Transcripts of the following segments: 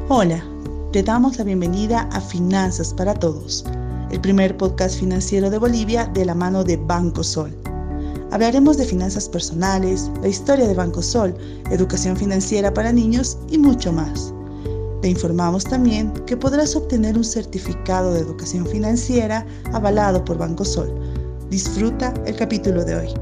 Hola, te damos la bienvenida a Finanzas para Todos, el primer podcast financiero de Bolivia de la mano de Banco Sol. Hablaremos de finanzas personales, la historia de Banco Sol, educación financiera para niños y mucho más. Te informamos también que podrás obtener un certificado de educación financiera avalado por Banco Sol. Disfruta el capítulo de hoy.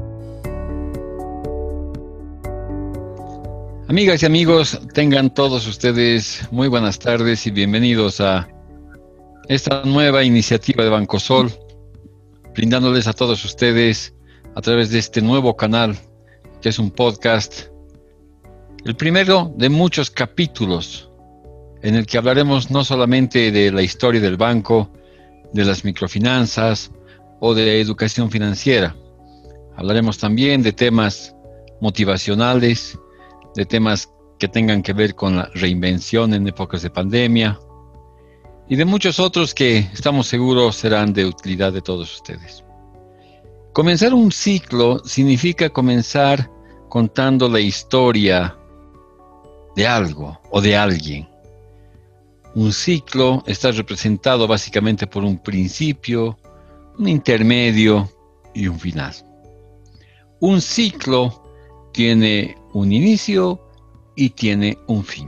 Amigas y amigos, tengan todos ustedes muy buenas tardes y bienvenidos a esta nueva iniciativa de Banco Sol, brindándoles a todos ustedes a través de este nuevo canal, que es un podcast, el primero de muchos capítulos, en el que hablaremos no solamente de la historia del banco, de las microfinanzas o de educación financiera. Hablaremos también de temas motivacionales, de temas que tengan que ver con la reinvención en épocas de pandemia y de muchos otros que estamos seguros serán de utilidad de todos ustedes. Comenzar un ciclo significa comenzar contando la historia de algo o de alguien. Un ciclo está representado básicamente por un principio, un intermedio y un final. Un ciclo tiene un inicio y tiene un fin.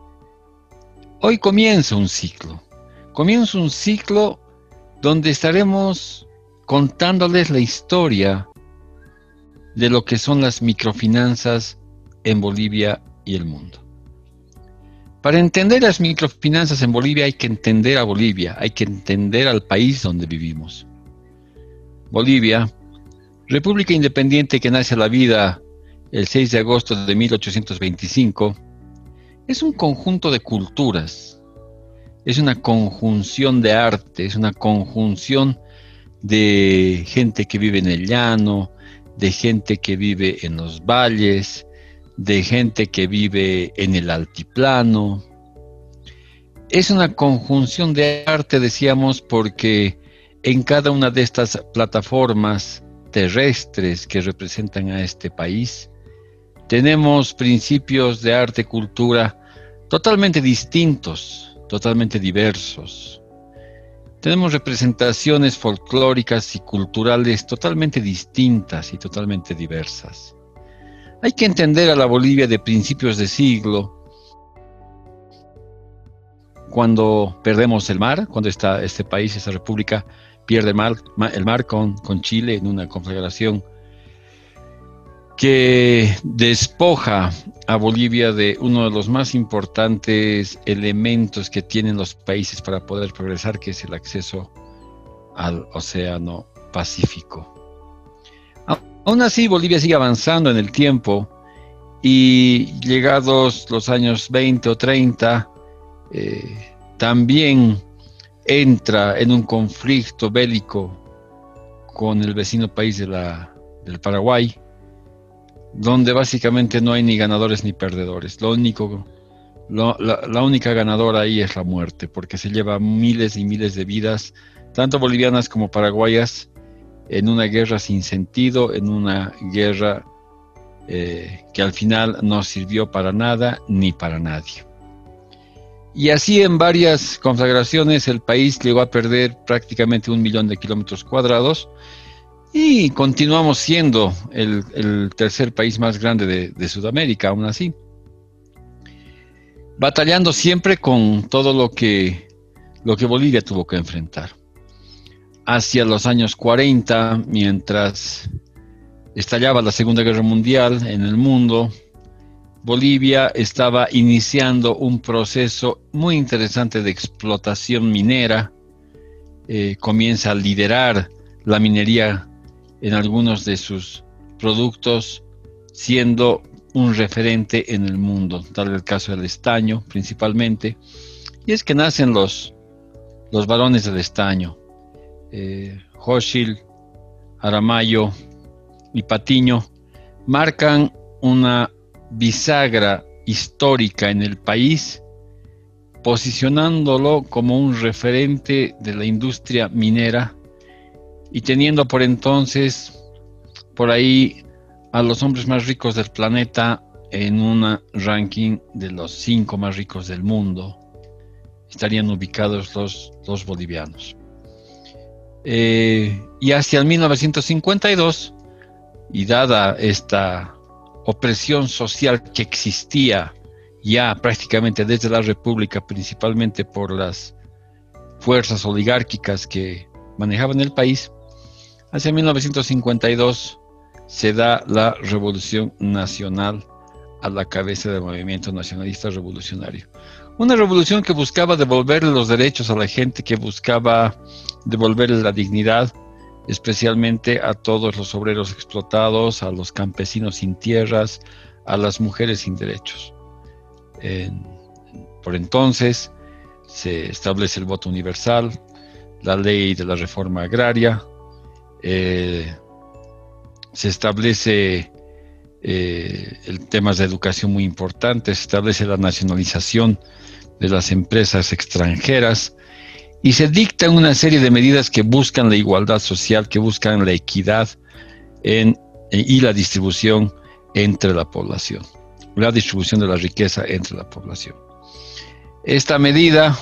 Hoy comienza un ciclo. Comienza un ciclo donde estaremos contándoles la historia de lo que son las microfinanzas en Bolivia y el mundo. Para entender las microfinanzas en Bolivia hay que entender a Bolivia, hay que entender al país donde vivimos. Bolivia, república independiente que nace a la vida el 6 de agosto de 1825, es un conjunto de culturas, es una conjunción de arte, es una conjunción de gente que vive en el llano, de gente que vive en los valles, de gente que vive en el altiplano. Es una conjunción de arte, decíamos, porque en cada una de estas plataformas terrestres que representan a este país, tenemos principios de arte y cultura totalmente distintos, totalmente diversos. Tenemos representaciones folclóricas y culturales totalmente distintas y totalmente diversas. Hay que entender a la Bolivia de principios de siglo, cuando perdemos el mar, cuando este país, esta república, pierde el mar con Chile en una conflagración que despoja a Bolivia de uno de los más importantes elementos que tienen los países para poder progresar, que es el acceso al Océano Pacífico. Aún así, Bolivia sigue avanzando en el tiempo y llegados los años 20 o 30, también entra en un conflicto bélico con el vecino país del Paraguay, donde básicamente no hay ni ganadores ni perdedores. La única ganadora ahí es la muerte, porque se lleva miles y miles de vidas, tanto bolivianas como paraguayas, en una guerra sin sentido, en una guerra que al final no sirvió para nada ni para nadie. Y así en varias conflagraciones el país llegó a perder prácticamente 1 millón de kilómetros cuadrados, y continuamos siendo el tercer país más grande de Sudamérica, aún así. Batallando siempre con todo lo que Bolivia tuvo que enfrentar. Hacia los años 40, mientras estallaba la Segunda Guerra Mundial en el mundo, Bolivia estaba iniciando un proceso muy interesante de explotación minera. Comienza a liderar la minería en algunos de sus productos, siendo un referente en el mundo, tal es el caso del estaño principalmente, y es que nacen los varones del estaño, Hochschild, Aramayo y Patiño, marcan una bisagra histórica en el país, posicionándolo como un referente de la industria minera y teniendo por entonces por ahí a los hombres más ricos del planeta en un ranking de los 5 más ricos del mundo. estarían ubicados los bolivianos. Y hacia el 1952, y dada esta opresión social que existía ya prácticamente desde la República, principalmente por las fuerzas oligárquicas que manejaban el país, hacia 1952 se da la Revolución Nacional a la cabeza del movimiento nacionalista revolucionario. Una revolución que buscaba devolverle los derechos a la gente, que buscaba devolverle la dignidad, especialmente a todos los obreros explotados, a los campesinos sin tierras, a las mujeres sin derechos. Por entonces se establece el voto universal, la ley de la reforma agraria, se establece temas de educación muy importantes, se establece la nacionalización de las empresas extranjeras y se dictan una serie de medidas que buscan la igualdad social, que buscan la equidad y la distribución entre la población, la distribución de la riqueza entre la población. Esta medida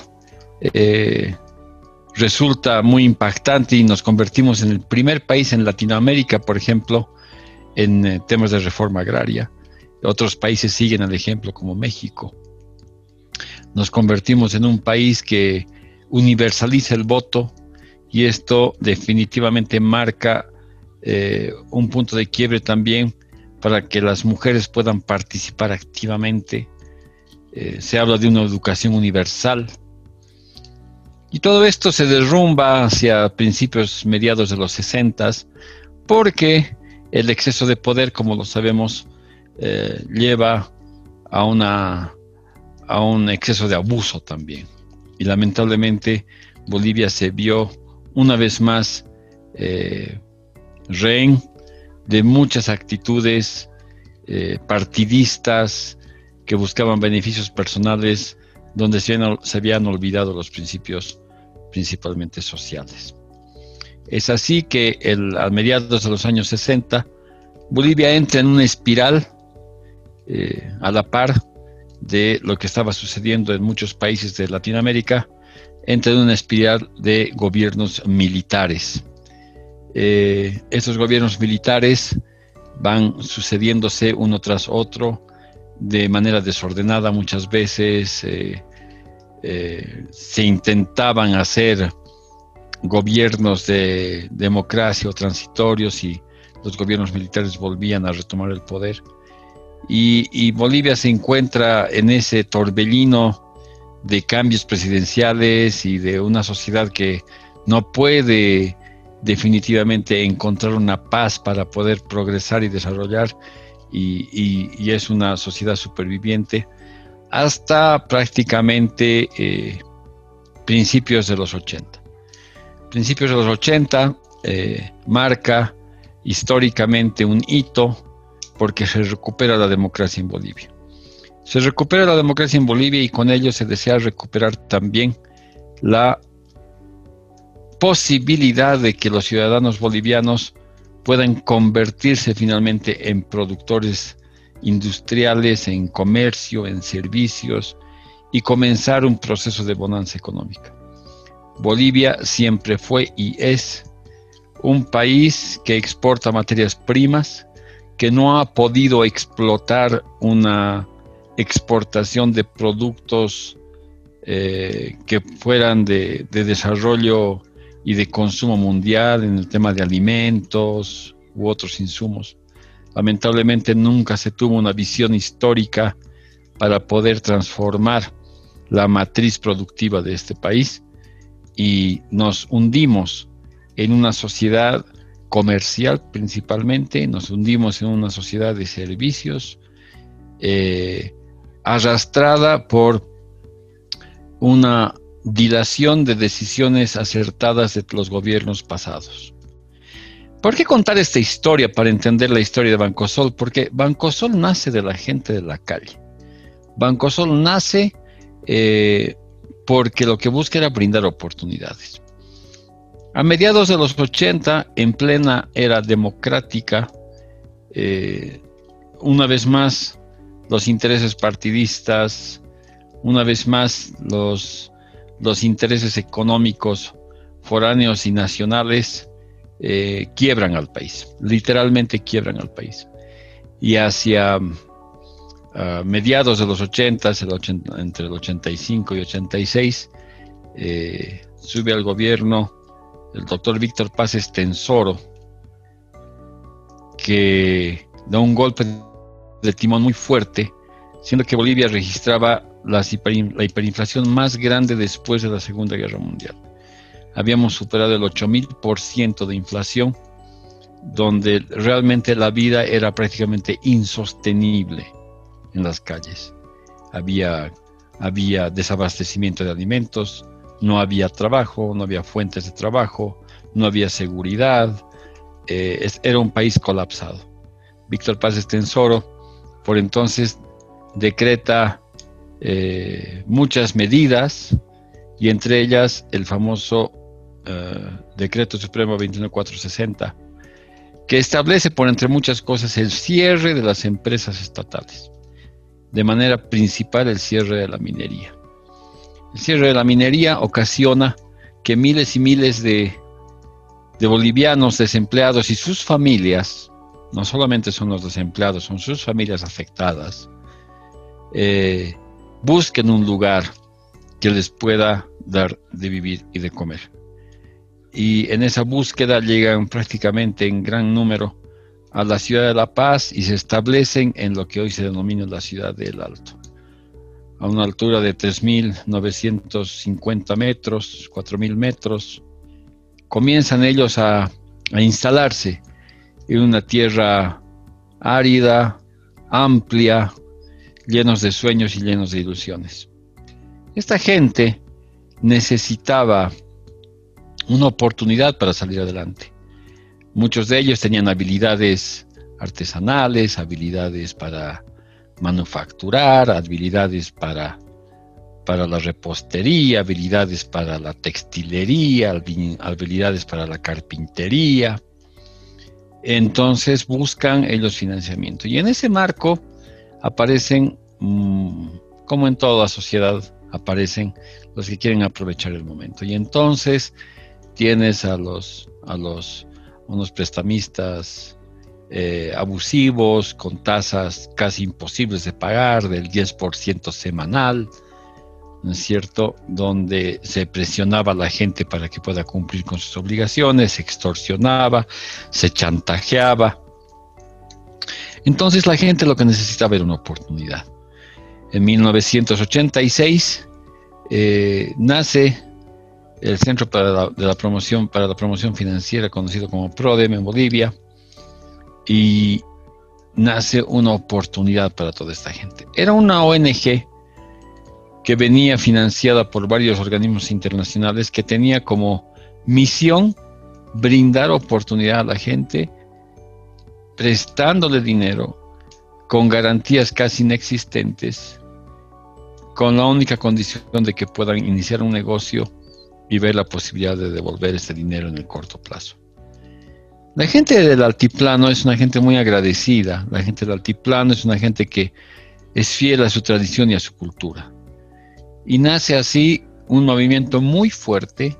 resulta muy impactante y nos convertimos en el primer país en Latinoamérica, por ejemplo, en temas de reforma agraria. Otros países siguen el ejemplo, como México. Nos convertimos en un país que universaliza el voto, y esto definitivamente marca un punto de quiebre también para que las mujeres puedan participar activamente. Se habla de una educación universal. Y todo esto se derrumba hacia mediados de los 60s, porque el exceso de poder, como lo sabemos, lleva a un exceso de abuso también. Y lamentablemente Bolivia se vio una vez más rehén de muchas actitudes partidistas que buscaban beneficios personales, donde se habían olvidado los principios principalmente sociales. Es así que a mediados de los años 60, Bolivia entra en una espiral a la par de lo que estaba sucediendo en muchos países de Latinoamérica, entra en una espiral de gobiernos militares. Estos gobiernos militares van sucediéndose uno tras otro de manera desordenada. Muchas veces se intentaban hacer gobiernos de democracia o transitorios y los gobiernos militares volvían a retomar el poder. Y Bolivia se encuentra en ese torbellino de cambios presidenciales y de una sociedad que no puede definitivamente encontrar una paz para poder progresar y desarrollar, y es una sociedad superviviente hasta prácticamente principios de los 80. Principios de los 80 marca históricamente un hito, porque se recupera la democracia en Bolivia. Se recupera la democracia en Bolivia y con ello se desea recuperar también la posibilidad de que los ciudadanos bolivianos puedan convertirse finalmente en productores industriales, en comercio, en servicios, y comenzar un proceso de bonanza económica. Bolivia siempre fue y es un país que exporta materias primas, que no ha podido explotar una exportación de productos que fueran de desarrollo y de consumo mundial en el tema de alimentos u otros insumos. Lamentablemente nunca se tuvo una visión histórica para poder transformar la matriz productiva de este país, y nos hundimos en una sociedad comercial principalmente, nos hundimos en una sociedad de servicios arrastrada por una dilación de decisiones acertadas de los gobiernos pasados. ¿Por qué contar esta historia para entender la historia de Bancosol? Porque Bancosol nace de la gente de la calle. Bancosol nace porque lo que busca era brindar oportunidades. A mediados de los 80, en plena era democrática, una vez más los intereses partidistas, una vez más los los intereses económicos foráneos y nacionales quiebran al país, literalmente quiebran al país. Y hacia mediados de los 80, entre el 85 y 86, sube al gobierno el doctor Víctor Paz Estenssoro, que da un golpe de timón muy fuerte, siendo que Bolivia registraba la hiperinflación más grande después de la Segunda Guerra Mundial. Habíamos superado el 8000% de inflación, donde realmente la vida era prácticamente insostenible en las calles. Había desabastecimiento de alimentos, no había trabajo, no había fuentes de trabajo, no había seguridad, era un país colapsado. Víctor Paz Estenssoro, por entonces, decreta muchas medidas, y entre ellas el famoso Decreto Supremo 21460, que establece, por entre muchas cosas, el cierre de las empresas estatales, de manera principal el cierre de la minería. El cierre de la minería ocasiona que miles y miles de bolivianos desempleados y sus familias, no solamente son los desempleados, son sus familias afectadas, busquen un lugar que les pueda dar de vivir y de comer. Y en esa búsqueda llegan prácticamente en gran número a la ciudad de La Paz y se establecen en lo que hoy se denomina la ciudad del Alto, a una altura de 3.950 metros, 4.000 metros. Comienzan ellos a instalarse en una tierra árida, amplia, llenos de sueños y llenos de ilusiones. Esta gente necesitaba una oportunidad para salir adelante. Muchos de ellos tenían habilidades artesanales, habilidades para manufacturar, habilidades para la repostería, habilidades para la textilería, habilidades para la carpintería. Entonces buscan ellos financiamiento. Y en ese marco aparecen, como en toda sociedad, aparecen los que quieren aprovechar el momento. Y entonces tienes a unos prestamistas abusivos, con tasas casi imposibles de pagar, del 10% semanal, ¿no es cierto?, donde se presionaba a la gente para que pueda cumplir con sus obligaciones, se extorsionaba, se chantajeaba. Entonces la gente lo que necesitaba era una oportunidad. En 1986 nace el Centro de la Promoción Financiera, conocido como PRODEM en Bolivia, y nace una oportunidad para toda esta gente. Era una ONG que venía financiada por varios organismos internacionales, que tenía como misión brindar oportunidad a la gente, prestándole dinero con garantías casi inexistentes, con la única condición de que puedan iniciar un negocio y ver la posibilidad de devolver ese dinero en el corto plazo. La gente del altiplano es una gente muy agradecida. La gente del altiplano es una gente que es fiel a su tradición y a su cultura. Y nace así un movimiento muy fuerte,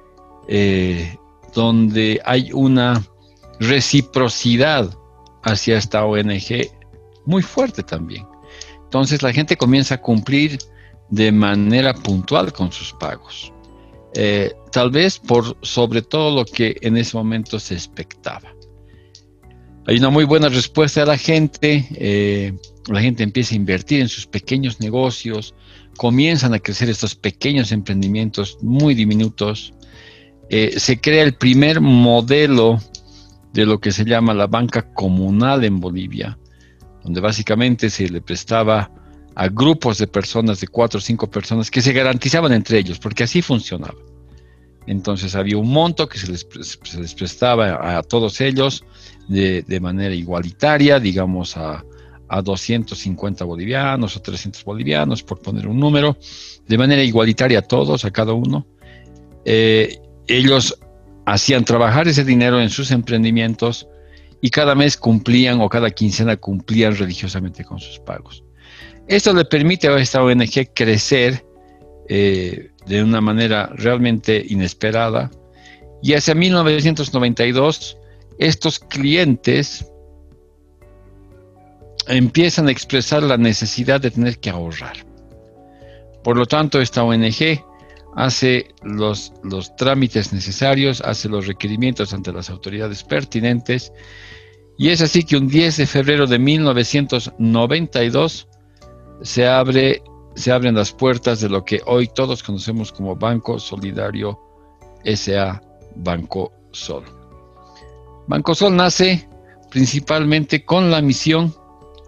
donde hay una reciprocidad hacia esta ONG muy fuerte también. Entonces la gente comienza a cumplir de manera puntual con sus pagos. Tal vez por sobre todo lo que en ese momento se expectaba. Hay una muy buena respuesta de la gente. La gente empieza a invertir en sus pequeños negocios, comienzan a crecer estos pequeños emprendimientos muy diminutos. Se crea el primer modelo de lo que se llama la banca comunal en Bolivia, donde básicamente se le prestaba a grupos de personas, de 4 o 5 personas, que se garantizaban entre ellos, porque así funcionaba. Entonces había un monto que se les prestaba a todos ellos de manera igualitaria, digamos a 250 bolivianos o 300 bolivianos, por poner un número, de manera igualitaria a todos, a cada uno. Ellos hacían trabajar ese dinero en sus emprendimientos y cada mes cumplían, o cada quincena cumplían religiosamente con sus pagos. Esto le permite a esta ONG crecer de una manera realmente inesperada. Y hacia 1992, estos clientes empiezan a expresar la necesidad de tener que ahorrar. Por lo tanto, esta ONG hace los trámites necesarios, hace los requerimientos ante las autoridades pertinentes, y es así que un 10 de febrero de 1992 se abren las puertas de lo que hoy todos conocemos como Banco Solidario S.A. Bancosol. Bancosol nace principalmente con la misión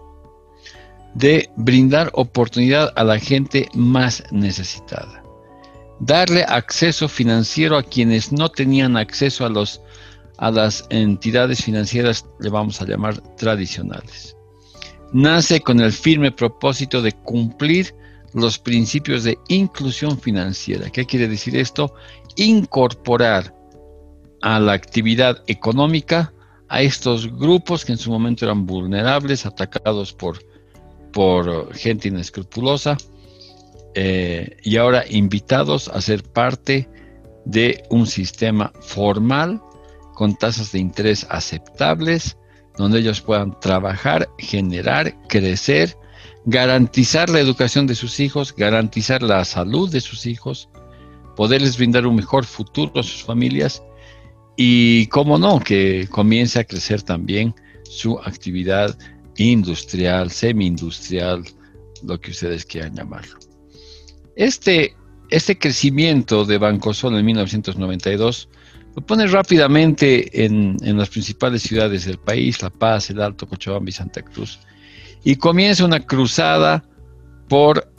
de brindar oportunidad a la gente más necesitada, darle acceso financiero a quienes no tenían acceso a las entidades financieras, le vamos a llamar tradicionales. Nace con el firme propósito de cumplir los principios de inclusión financiera. ¿Qué quiere decir esto? Incorporar a la actividad económica a estos grupos que en su momento eran vulnerables, atacados por gente inescrupulosa, y ahora invitados a ser parte de un sistema formal con tasas de interés aceptables, donde ellos puedan trabajar, generar, crecer, garantizar la educación de sus hijos, garantizar la salud de sus hijos, poderles brindar un mejor futuro a sus familias y, cómo no, que comience a crecer también su actividad industrial, semi-industrial, lo que ustedes quieran llamarlo. Este crecimiento de Bancosol en 1992 lo pone rápidamente en las principales ciudades del país, La Paz, El Alto, Cochabamba y Santa Cruz, y comienza una cruzada por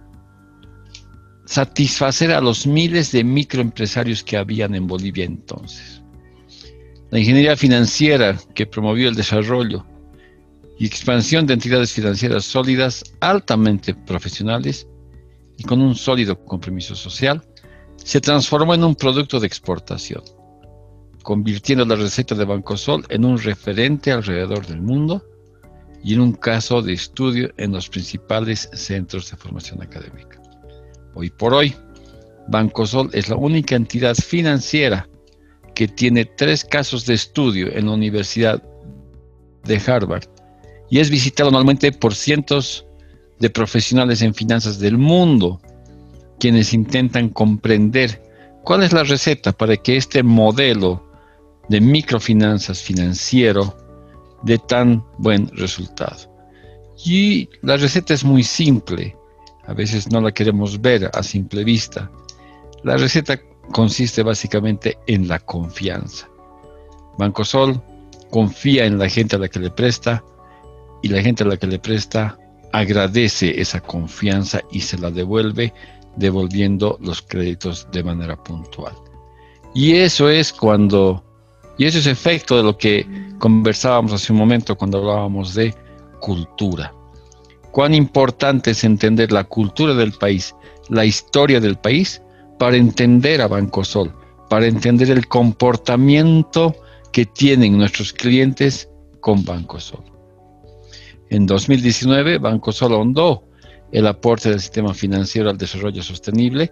satisfacer a los miles de microempresarios que habían en Bolivia entonces. La ingeniería financiera que promovió el desarrollo y expansión de entidades financieras sólidas, altamente profesionales y con un sólido compromiso social, se transformó en un producto de exportación, convirtiendo la receta de Bancosol en un referente alrededor del mundo y en un caso de estudio en los principales centros de formación académica. Hoy por hoy, Bancosol es la única entidad financiera que tiene 3 casos de estudio en la Universidad de Harvard y es visitado anualmente por cientos de profesionales en finanzas del mundo, quienes intentan comprender cuál es la receta para que este modelo de microfinanzas financiero dé tan buen resultado. Y la receta es muy simple, a veces no la queremos ver a simple vista. La receta consiste básicamente en la confianza. Bancosol confía en la gente a la que le presta y la gente a la que le presta agradece esa confianza y se la devuelve, devolviendo los créditos de manera puntual. Y eso es efecto de lo que conversábamos hace un momento cuando hablábamos de cultura. Cuán importante es entender la cultura del país, la historia del país, para entender a Bancosol, para entender el comportamiento que tienen nuestros clientes con Bancosol. En 2019, Bancosol ahondó el aporte del sistema financiero al desarrollo sostenible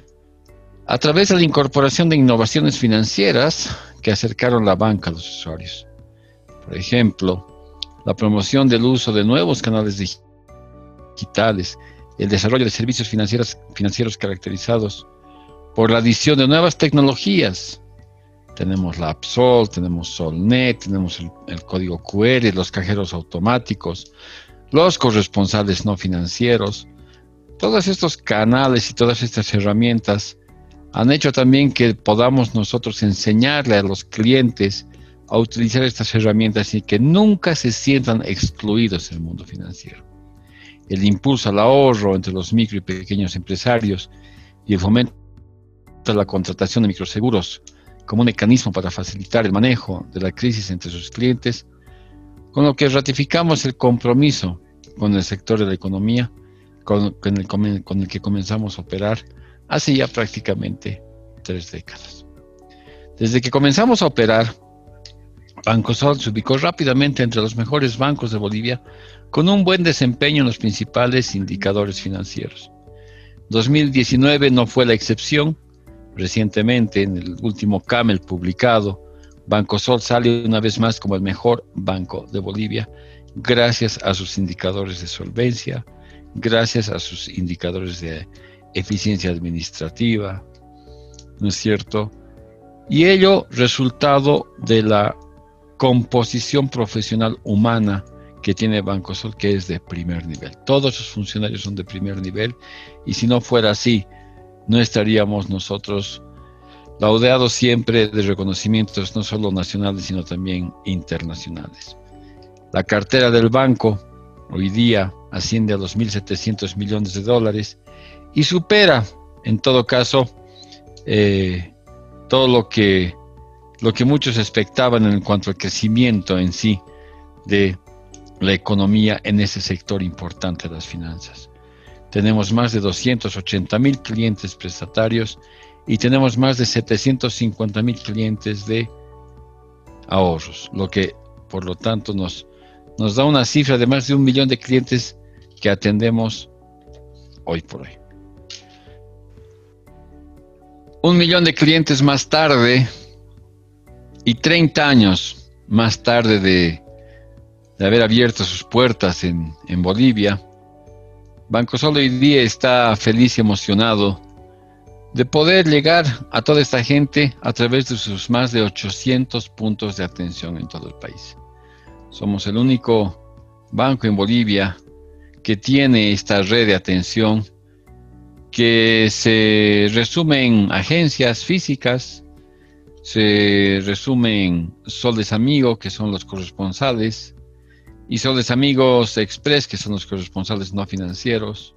a través de la incorporación de innovaciones financieras que acercaron la banca a los usuarios. Por ejemplo, la promoción del uso de nuevos canales digitales, el desarrollo de servicios financieros caracterizados por la adición de nuevas tecnologías. Tenemos la AppSol, tenemos Solnet, tenemos el código QR, los cajeros automáticos, los corresponsales no financieros. Todos estos canales y todas estas herramientas han hecho también que podamos nosotros enseñarle a los clientes a utilizar estas herramientas y que nunca se sientan excluidos del mundo financiero. El impulso al ahorro entre los micro y pequeños empresarios y el fomento a la contratación de microseguros como un mecanismo para facilitar el manejo de la crisis entre sus clientes, con lo que ratificamos el compromiso con el sector de la economía con el que comenzamos a operar hace ya prácticamente 3 décadas. Desde que comenzamos a operar, Bancosol se ubicó rápidamente entre los mejores bancos de Bolivia con un buen desempeño en los principales indicadores financieros. 2019 no fue la excepción. Recientemente, en el último CAMEL publicado, Bancosol sale una vez más como el mejor banco de Bolivia, gracias a sus indicadores de solvencia, gracias a sus indicadores de eficiencia administrativa, ¿no es cierto? Y ello resultado de la composición profesional humana que tiene Bancosol, que es de primer nivel. Todos sus funcionarios son de primer nivel, y si no fuera así, no estaríamos nosotros laudeados siempre de reconocimientos no solo nacionales, sino también internacionales. La cartera del banco hoy día asciende a los 1.700 millones de dólares y supera, en todo caso, todo lo que muchos expectaban en cuanto al crecimiento en sí de la economía en ese sector importante de las finanzas. Tenemos más de 280,000 clientes prestatarios y tenemos más de 750,000 clientes de ahorros, lo que por lo tanto nos da una cifra de más de 1 millón de clientes que atendemos hoy por hoy. 1 millón de clientes más tarde y 30 años más tarde de haber abierto sus puertas en Bolivia, Bancosol hoy día está feliz y emocionado de poder llegar a toda esta gente a través de sus más de 800 puntos de atención en todo el país. Somos el único banco en Bolivia que tiene esta red de atención que se resume en agencias físicas, se resume en Soles Amigo, que son los corresponsales, y Soles Amigos Express, que son los corresponsales no financieros.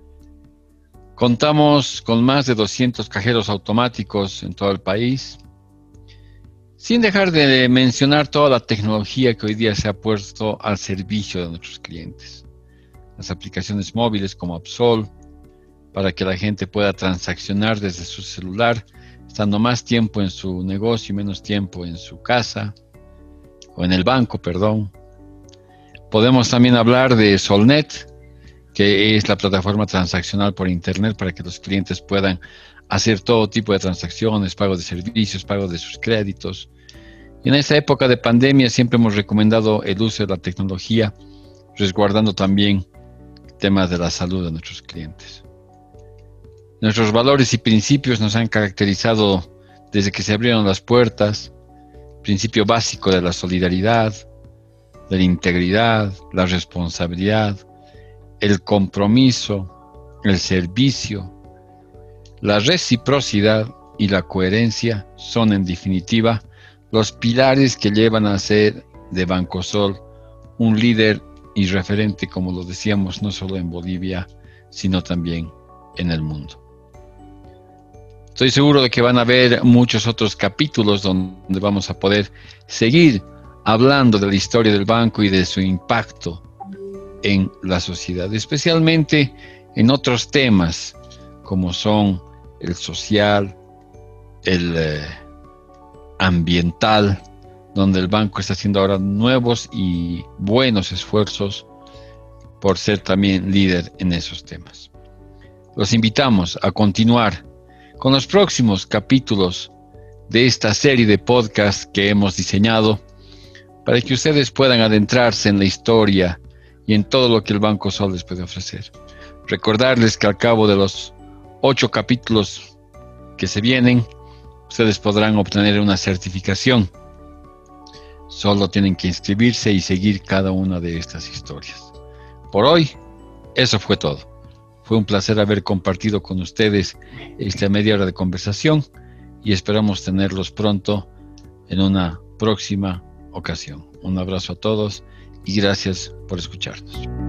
Contamos con más de 200 cajeros automáticos en todo el país, sin dejar de mencionar toda la tecnología que hoy día se ha puesto al servicio de nuestros clientes. Las aplicaciones móviles como Absol, para que la gente pueda transaccionar desde su celular, estando más tiempo en su negocio y menos tiempo en su casa, o en el banco, perdón. Podemos también hablar de Solnet, que es la plataforma transaccional por internet para que los clientes puedan hacer todo tipo de transacciones, pago de servicios, pago de sus créditos. Y en esta época de pandemia siempre hemos recomendado el uso de la tecnología, resguardando también temas de la salud de nuestros clientes. Nuestros valores y principios nos han caracterizado desde que se abrieron las puertas: principio básico de la solidaridad, de la integridad, la responsabilidad, el compromiso, el servicio, la reciprocidad y la coherencia son en definitiva los pilares que llevan a ser de Bancosol un líder y referente, como lo decíamos, no solo en Bolivia, sino también en el mundo. Estoy seguro de que van a haber muchos otros capítulos donde vamos a poder seguir hablando de la historia del banco y de su impacto en la sociedad, especialmente en otros temas como son el social, el ambiental, donde el banco está haciendo ahora nuevos y buenos esfuerzos por ser también líder en esos temas. Los invitamos a continuar con los próximos capítulos de esta serie de podcasts que hemos diseñado para que ustedes puedan adentrarse en la historia y en todo lo que el Bancosol les puede ofrecer. Recordarles que al cabo de los 8 capítulos que se vienen, ustedes podrán obtener una certificación. Solo tienen que inscribirse y seguir cada una de estas historias. Por hoy, eso fue todo. Fue un placer haber compartido con ustedes esta media hora de conversación y esperamos tenerlos pronto en una próxima ocasión. Un abrazo a todos y gracias por escucharnos.